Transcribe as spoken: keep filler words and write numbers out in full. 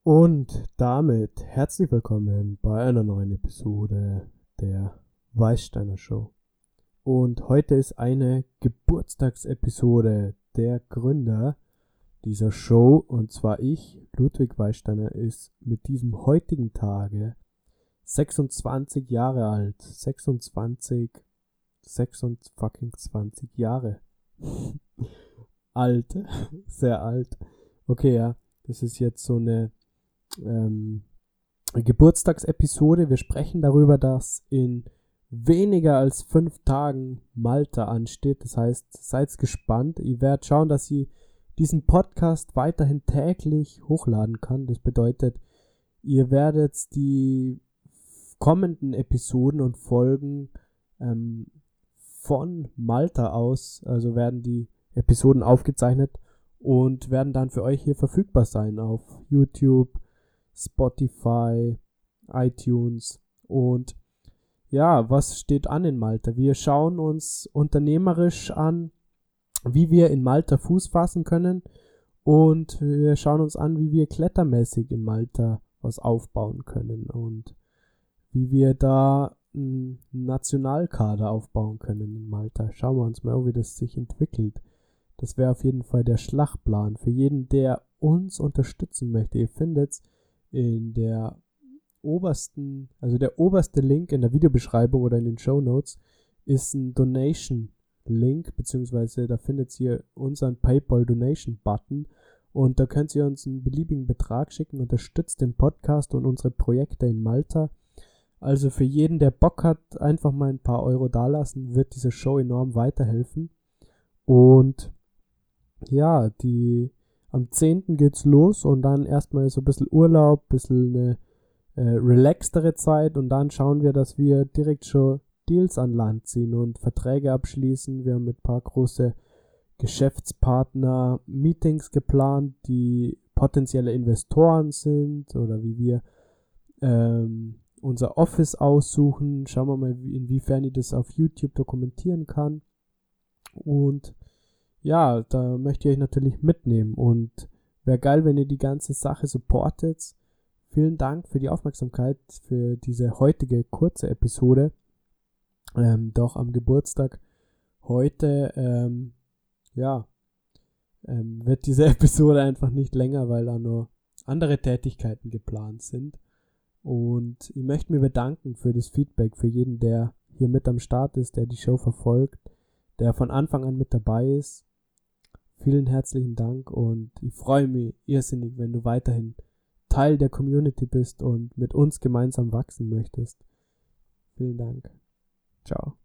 Und damit herzlich willkommen bei einer neuen Episode der Weißsteiner Show. Und heute ist eine Geburtstagsepisode. Der Gründer dieser Show, und zwar ich, Ludwig Weißsteiner, ist mit diesem heutigen Tage sechsundzwanzig Jahre alt. sechsundzwanzig, sechsundzwanzig Jahre. Alt, sehr alt. Okay, ja, das ist jetzt so eine ähm, Geburtstagsepisode. Wir sprechen darüber, dass in weniger als fünf Tagen Malta ansteht. Das heißt, seid gespannt. Ihr werdet schauen, dass ihr diesen Podcast weiterhin täglich hochladen kann. Das bedeutet, ihr werdet die kommenden Episoden und Folgen ähm, von Malta aus, also werden die Episoden aufgezeichnet und werden dann für euch hier verfügbar sein auf YouTube, Spotify, iTunes. Und ja, was steht an in Malta? Wir schauen uns unternehmerisch an, wie wir in Malta Fuß fassen können, und wir schauen uns an, wie wir klettermäßig in Malta was aufbauen können und wie wir da einen Nationalkader aufbauen können in Malta. Schauen wir uns mal an, wie das sich entwickelt. Das wäre auf jeden Fall der Schlachtplan für jeden, der uns unterstützen möchte. Ihr findet in der obersten, also der oberste Link in der Videobeschreibung oder in den Shownotes ist ein Donation-Link, beziehungsweise da findet ihr unseren PayPal-Donation-Button und da könnt ihr uns einen beliebigen Betrag schicken, unterstützt den Podcast und unsere Projekte in Malta. Also für jeden, der Bock hat, einfach mal ein paar Euro dalassen, wird diese Show enorm weiterhelfen. Und ja, die am zehnten geht's los und dann erstmal so ein bisschen Urlaub, ein bisschen eine äh, relaxtere Zeit, und dann schauen wir, dass wir direkt schon Deals an Land ziehen und Verträge abschließen. Wir haben mit ein paar große Geschäftspartner Meetings geplant, die potenzielle Investoren sind, oder wie wir ähm, unser Office aussuchen. Schauen wir mal, inwiefern ich das auf YouTube dokumentieren kann. Und ja, da möchte ich euch natürlich mitnehmen, und wäre geil, wenn ihr die ganze Sache supportet. Vielen Dank für die Aufmerksamkeit für diese heutige kurze Episode. Ähm, doch am Geburtstag heute, ähm, ja, ähm, wird diese Episode einfach nicht länger, weil da nur andere Tätigkeiten geplant sind. Und ich möchte mich bedanken für das Feedback, für jeden, der hier mit am Start ist, der die Show verfolgt, der von Anfang an mit dabei ist. Vielen herzlichen Dank, und ich freue mich irrsinnig, wenn du weiterhin Teil der Community bist und mit uns gemeinsam wachsen möchtest. Vielen Dank. Ciao.